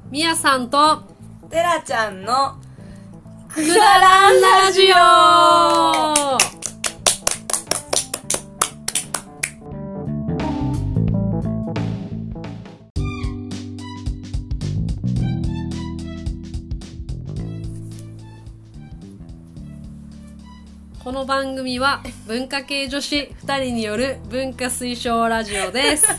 みやさんとてらちゃんのくだらんラジオ。この番組は文化系女子2人による文化推奨ラジオです。 はい、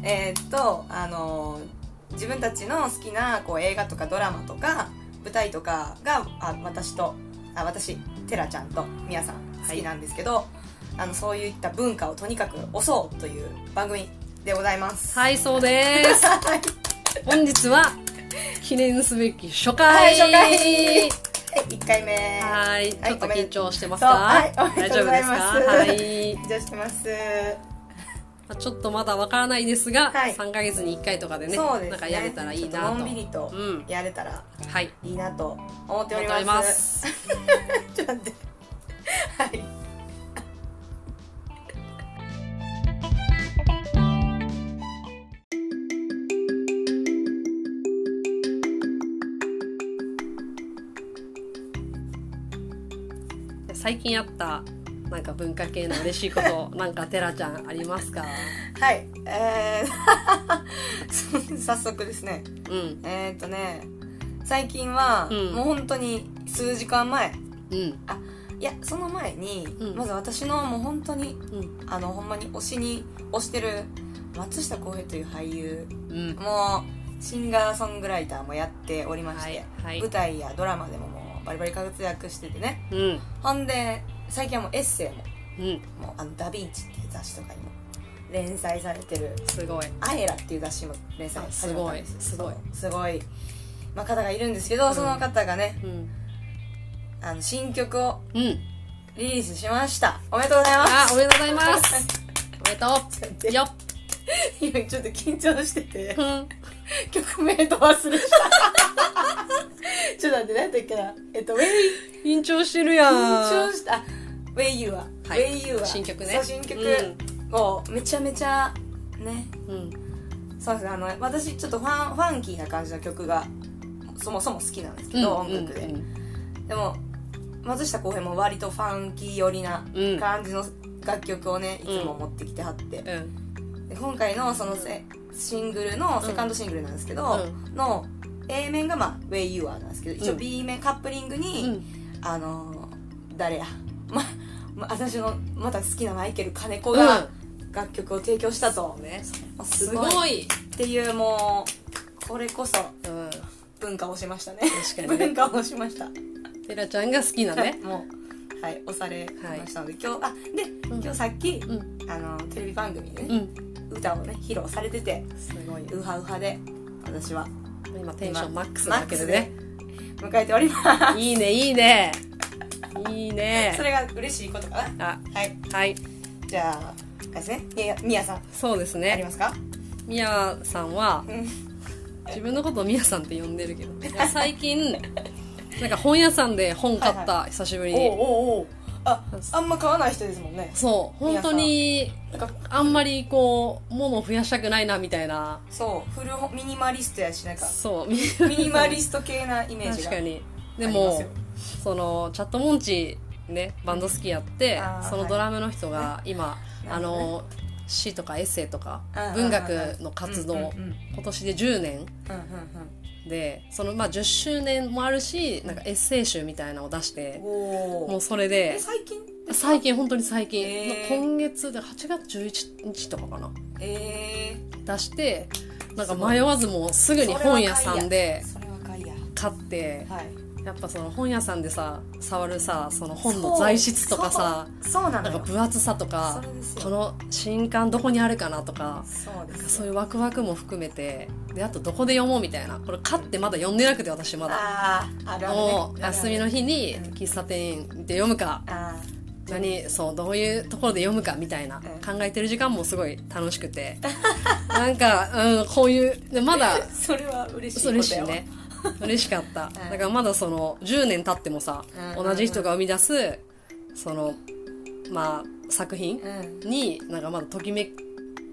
自分たちの好きな映画とかドラマとか舞台とかが私てらちゃんとみやさん好きなんですけど、そういった文化をとにかく推そうという番組でございます。 はい、そうです。本日は記念すべき初回。 はい、初回。1回目。 はい、ちょっと緊張してますか？ はい、 大丈夫ですか？はい、 緊張してます。 ちょっとまだわからないですが、 はい、 3ヶ月に1回とかでね、 そうですね、 なんかやれたらいいなと。 のんびりとやれたらいいなと思っております。ちょっと待って。はい。 最近あったなんか文化系の嬉しいことなんかてらちゃんありますか？ はい、早速ですね、最近は、もう本当に数時間前、いやその前に、まず私のもう本当に、ほんまに推してる松下洸平という俳優、もうシンガーソングライターもやっておりまして、舞台やドラマでもバリバリ活躍しててね、ほんで最近はもうエッセイも、もうダ・ヴィンチっていう雑誌とかにも連載されてる、 すごいアエラっていう雑誌も連載始まったんです。 すごい、 方がいるんですけど、その方がね、新曲をリリースしました。おめでとうございます。 おめでとうございますおめでとうよっ。 今ちょっと緊張してて、曲名と忘れた。ちょっと待って、何だっけな、 緊張してるやん。 緊張した。Way You Are、 新曲ね。 そう、新曲をめちゃめちゃね、そうですね、私ちょっとファンキーな感じの曲がそもそも好きなんですけど、音楽で、でも松下洸平も割とファンキー寄りな感じの楽曲をね、いつも持ってきてはって、で今回のそのシングルのセカンドシングルなんですけど、の A 面がWay You Are なんですけど、一応 B 面カップリングに、誰や、私のまた好きなマイケル金子が楽曲を提供したと、 すごいっていう、もうこれこそ文化をしましたね。 確かにね、 文化をしました。 てらちゃんが好きなね、 もう押されましたので、今日さっきテレビ番組でね、歌をね披露されてて、すごいウハウハで、私は今テンションマックスなわけでね、 迎えております。 いいねいいねいいね。 それが嬉しいことかな。はい。じゃあですね、みやさん。 そうですね。 ありますか？ みやさんは、自分のことをみやさんって呼んでるけど、最近なんか本屋さんで本買った、久しぶりに。 あんま買わない人ですもんね。 そう、本当にあんまり物を増やしたくないなみたいな。 そう、ミニマリストやし、なんかそうミニマリスト系なイメージが。 確かに。でもそのチャットモンチね、バンド好きやって、そのドラムの人が今詩とかエッセイとか文学の活動、今年で10年で、その10周年もあるし、なんかエッセイ集みたいなのを出して、もうそれで最近本当に最近、今月で8月11日とかかな、出して、なんか迷わずもうすぐに本屋さんで買って、やっぱその本屋さんでさ触るさ、その本の材質とかさ、なんか分厚さとか、この新刊どこにあるかなとか、そういうワクワクも含めて、であとどこで読もうみたいな、これ買ってまだ読んでなくて、私まだもう休みの日に喫茶店で読むか、どういうところで読むかみたいな考えてる時間もすごい楽しくて、なんかこういうでまだそれは嬉しいことやわ。 ね、嬉しかった。だからまだその10年経ってもさ、同じ人が生み出すその作品になんかまだときめ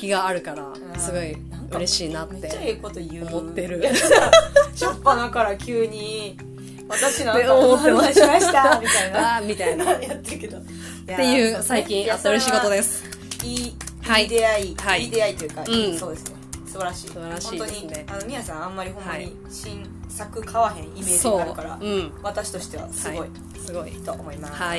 気があるからすごい嬉しいなってめっちゃいいこと言う思ってる。 しょっぱなから急に私なんかお話しましたみたいなみたいなやってるけどっていう最近あった嬉しいことです。 いい出会い、いい出会いというか、そうですね、素晴らしい。 素晴らしいですね。 本当にみやさんあんまりほんまに新作買わへんイメージがあるから、私としてはすごいと思います。はい。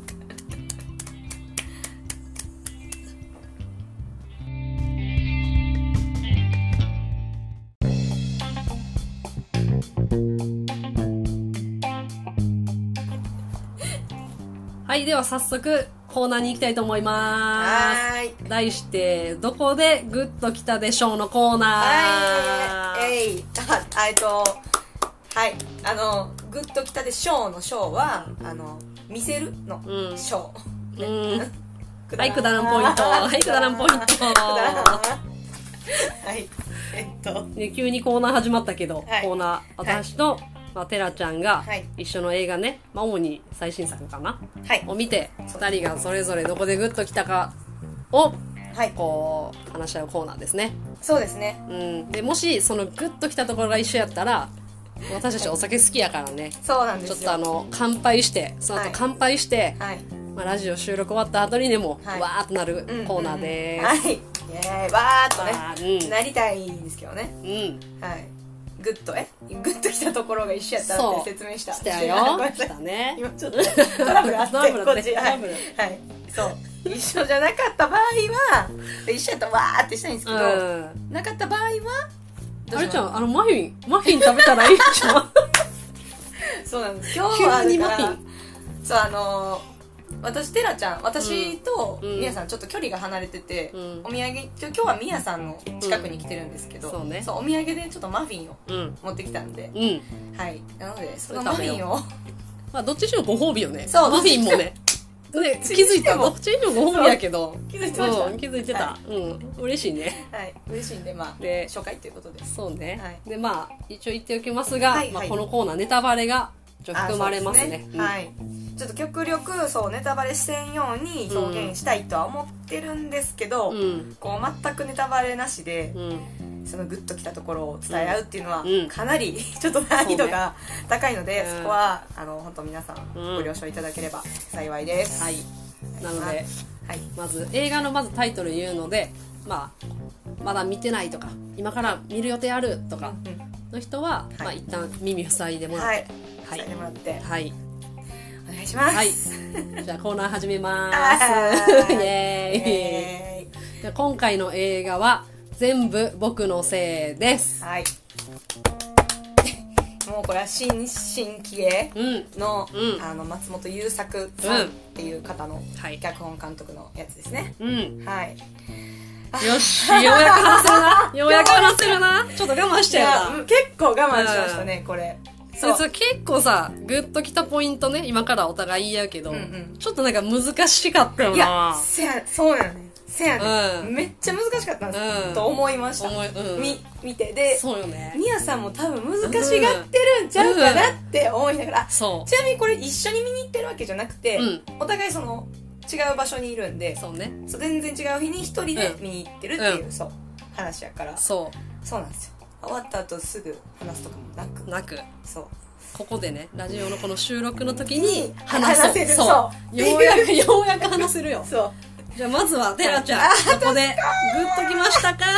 はい、では早速コーナーに行きたいと思います。題してどこでグッときたでしょうのコーナー。 グッときたでしょうのショーは見せるのショー。 はい、くだらんポイント。はい、くだらんポイント。急にコーナー始まったけど、コーナー私とテラちゃんが一緒の映画ね、主に最新作かな、を見て2人がそれぞれどこでグッときたかをこう話し合うコーナーですね。 そうですね。 でもしそのグッときたところが一緒やったら、私たちお酒好きやからね、 そうなんですよ。 ちょっと乾杯して、その後乾杯して、ラジオ収録終わった後にでもわーっとなるコーナーです。はい、イエーイ、わーっとね、なりたいんですけどね。はい。グッときたところが一緒やったらって説明した。 したよ。したね。 今ちょっとトラブルあって、こっち。はい。そう。一緒じゃなかった場合は、一緒やったらわーってしたいんですけど、なかった場合は、 あれちゃん、マフィン食べたらいいじゃん。 そうなんです。今日は急にマフィン。そう、私とみやさんちょっと距離が離れてて、お土産今日はみやさんの近くに来てるんですけど、そうお土産でちょっとマフィンを持ってきたんで、はい、なのでそのマフィンをどっちにしろご褒美よね。マフィンもね、気づいた。どっちにもご褒美やけど気づいてました。 気づいてた。嬉しいね。 はい、嬉しいんで初回ということで。 そうね。で一応言っておきますが、このコーナーネタバレが含まれますね。 はい。ちょっと極力ネタバレせんように表現したいとは思ってるんですけど、こう全くネタバレなしで、そのグッときたところを伝え合うっていうのはかなりちょっと難易度が高いので、そこは本当皆さんご了承いただければ幸いです。 はい。なので、まず映画のタイトル言うので、まだ見てないとか今から見る予定あるとかの人は一旦耳塞いでもらって、 塞いでもらって、 はい。 お願いします。はい。 じゃあコーナー始めます。イエーイ。今回の映画は全部僕のせいです。 はい。もうこれは新気鋭の松本優作さんっていう方の脚本監督のやつですね。はい。 よし、ようやく話せるな。ようやく話せるな。ちょっと我慢してよな。 結構我慢しましたね、これ。 そう結構さグッときたポイントね、今からお互い言い合うけど、ちょっとなんか難しかったよな。 いやそうやね。めっちゃ難しかったんですと思いました。見てで、 そうよね。 みやさんも多分難しがってるんちゃうかなって思いながら、ちなみにこれ一緒に見に行ってるわけじゃなくて、お互いその違う場所にいるんで、全然違う日に一人で見に行ってるっていう話やから、そうなんですよ。終わった後すぐ話すとかもなく、そうここでねラジオのこの収録の時に話せる。 そうようやく話せるよ。 そうじゃあまずはテラちゃん、ここでグッときましたか？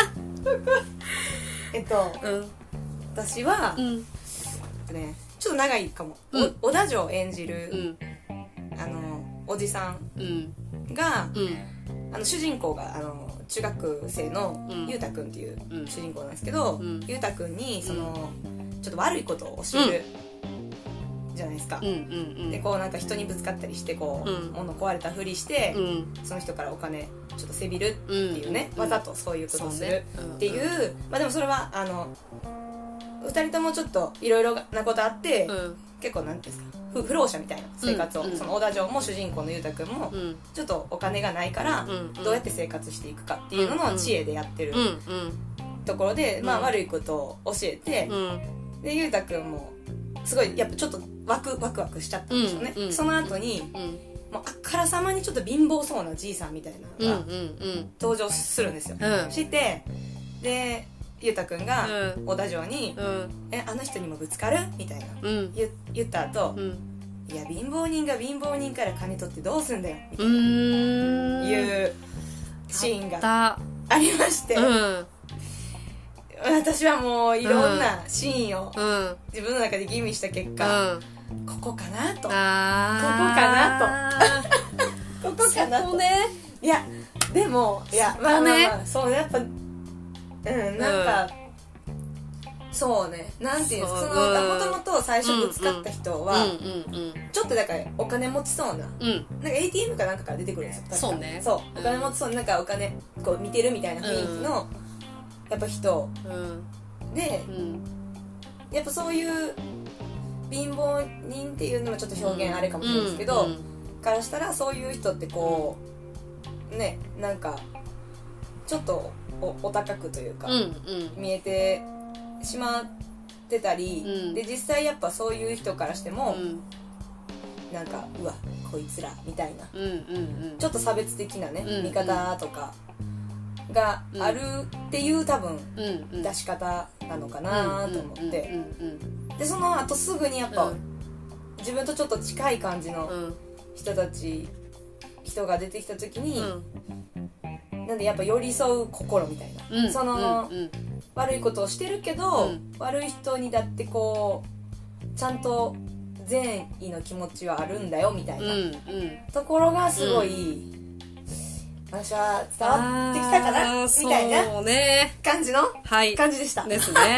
私はちょっと長いかも。小田城演じるおじさんが主人公が中学生のゆうたくんっていう主人公なんですけど、ゆうたくんにちょっと悪いことを教えるじゃないですか。でこうなんか人にぶつかったりしてこう物壊れたふりしてその人からお金ちょっとせびるっていうね、わざとそういうことをするっていう。まあでもそれは2人ともちょっといろいろなことあって結構なんていうんですか、不老者みたいな生活を、その小田城も主人公のゆうたくんもちょっとお金がないからどうやって生活していくかっていうのの知恵でやってるところで、悪いことを教えて、でゆうたくんもすごいやっぱちょっとワクワクしちゃったんでしょうね。その後にもうあからさまにちょっと貧乏そうなじいさんみたいなのが登場するんですよ、してでゆうたくんが小田城に「あの人にもぶつかる?」みたいな言った後、いや貧乏人が貧乏人から金取ってどうすんだよみたいないうシーンがありまして、私はもういろんなシーンを自分の中で吟味した結果、ここかなと、ここかなとここかなと、いやでもいやまあまあまあそうやっぱなんかそうね、なんていうんですか、もともと最初ぶつかった人はちょっとだからお金持ちそうな、なんか ATM かなんかから出てくるんですよ。 そうね、 そうお金持ちそうな、なんかお金こう見てるみたいな雰囲気のやっぱ人で、やっぱそういう貧乏人っていうのもちょっと表現あれかもしれないですけど、からしたらそういう人ってこうね、なんかちょっとお高くというか見えてしまってたり、で実際やっぱそういう人からしてもなんかうわこいつらみたいなちょっと差別的なね見方とかがあるっていう多分出し方なのかなと思って、でその後すぐにやっぱ自分とちょっと近い感じの人が出てきた時に、なんでやっぱ寄り添う心みたいな、その悪いことをしてるけど、悪い人にだってこうちゃんと善意の気持ちはあるんだよみたいなところがすごい、私は伝わってきたかなみたいな感じの感じでしたですね。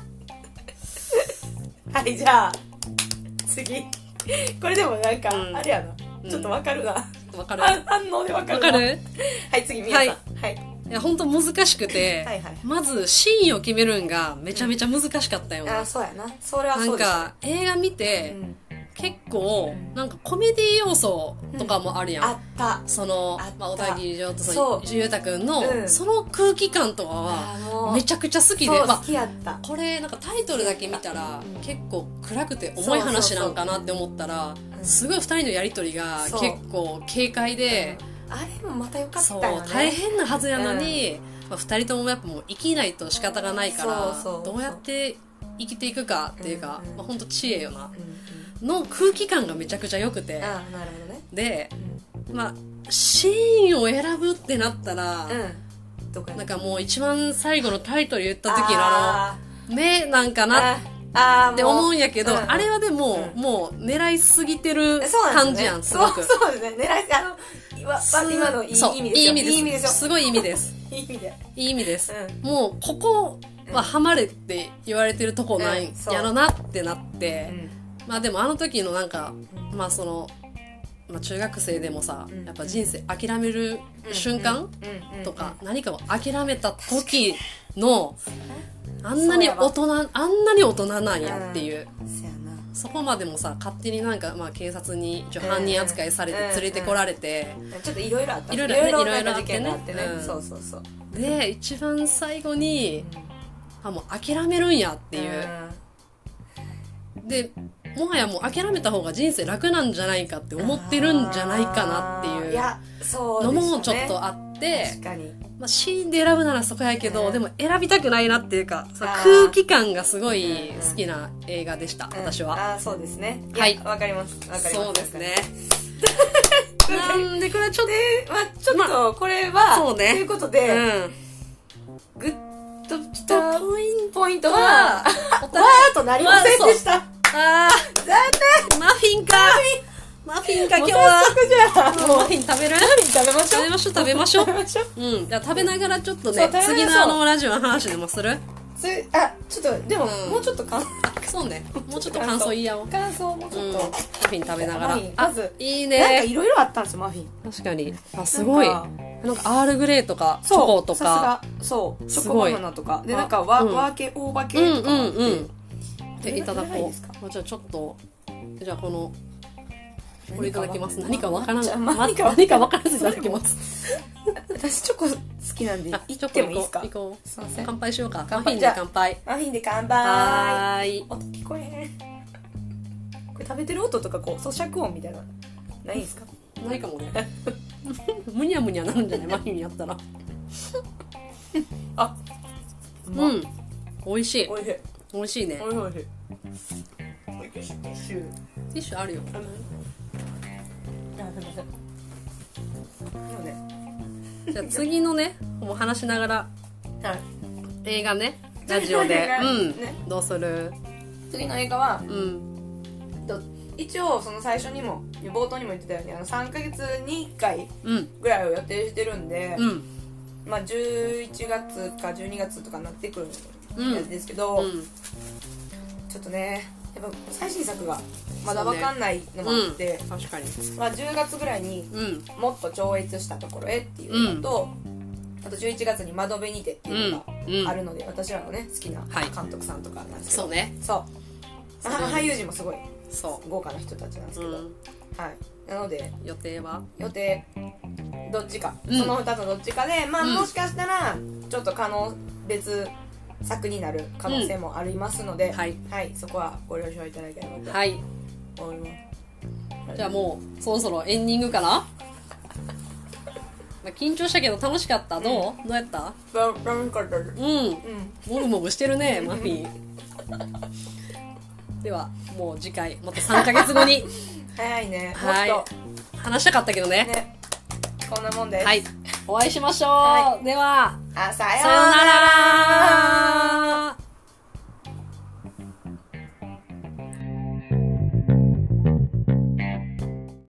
はい、じゃあ次これでもなんかあれやな、ちょっとわかるな、反応でわかるな。はい、次みやさん。はい。 いや本当難しくて、まずシーンを決めるんがめちゃめちゃ難しかったよな。 そうやな。それはそうです。 なんか映画見て、結構なんかコメディ要素とかもあるやん。 あった。 その小田切城とゆうたくんのその空気感とかはめちゃくちゃ好きで、 好きやった。 これなんかタイトルだけ見たら結構暗くて重い話なんかなって思ったら、すごい2人のやりとりが結構軽快で。 あれもまた良かったよね。 そう大変なはずやのに、2人ともやっぱもう生きないと仕方がないからどうやって生きていくかっていうか、本当知恵よな、の空気感がめちゃくちゃ良くて、 なるほどね。 で、シーンを選ぶってなったら、なんかもう一番最後のタイトル言った時の目なんかなって思うんやけど、あれはでも、もう狙いすぎてる感じやん、すごく。 そうですね、狙い今のいい意味ですよ。いい意味ですよ。 すごい意味です。いい意味です。もうここはハマれって言われてるとこないやろなってなって、でもあの時のなんかその中学生でもさ、やっぱ人生諦める瞬間とか何かを諦めた時のあんなに大人なんやっていう。そこまでもさ勝手になんか警察に犯人扱いされて連れてこられて、 ちょっといろいろあった、 いろいろ事件があってね、そうで一番最後にもう諦めるんやっていう、でもはやもう諦めた方が人生楽なんじゃないかって思ってるんじゃないかなっていうのもちょっとあって、 確かにシーンで選ぶならそこやけど、でも選びたくないなっていうか、空気感がすごい好きな映画でした、私は。 そうですね。 はい。 わかります。 そうですね。なんでこれちょっと、 ちょっとこれは、 そうね。 ということで、グッときたポイントは、わーとなりませんでした。 残念。マフィンか今日は。マフィン食べる？食べましょう。じゃあ食べながらちょっとね、次のラジオの話でもする？ ちょっと、でも、もうちょっとそうね。もうちょっと感想言いやおう。 感想もうちょっと。マフィン食べながら。 まず、 いいね。 なんかいろいろあったんですよ、マフィン。 確かに。すごい。なんかアールグレーとか、チョコとか。 そう、チョコバナナとか。で、なんかワー系、大葉系とかもあって。 で、いただこう。じゃあちょっと、じゃあこれいただきます。何かわからずいただきます。 私チョコ好きなんで行ってもいいですか？ 行こう。 すいません。 乾杯しようか。マフィンで乾杯。 マフィンで乾杯。 はーい。 音聞こえへん。これ食べてる音とかこう咀嚼音みたいなないんですか？ ないかもねむにゃむにゃなるんじゃないマフィンやったらあ、 うん美味しいおいしい美味しいね。 おいしいおいしい。ティッシュティッシュあるよ。 あ、すみません。そうね。 じゃあ次のねもう話しながらはい。 映画ねラジオで、 映画うんねどうする？ 次の映画はうん一応その最初にも冒頭にも言ってたように3ヶ月に1回うんぐらいを予定してるんで、 うんまあ11月か12月とかになってくるんですけど、 うんちょっとねやっぱ最新作がまだ分かんないのもあって、 確かにまあ、10月ぐらいにうんもっと超越したところへっていうのと、あと11月に窓辺にてっていうのがあるので、私らのね好きな監督さんとかなんですけど、 そうねそう俳優陣もすごいそう豪華な人たちなんですけど、はいなので予定は予定どっちか、 うんその2つのどっちかで、まあうんもしかしたらちょっと別作になる可能性もありますので、 はいそこはご了承いただければとはい思います。 じゃあもうそろそろエンディングかなまあ緊張したけど楽しかった。どうやった？ 楽しかったです。 うんうんもぐもぐしてるねマフィンではもう次回また3ヶ月後に早いね。 はいもっ話したかったけどねとねこんなもんです。 はいお会いしましょう、 はではさようさようなら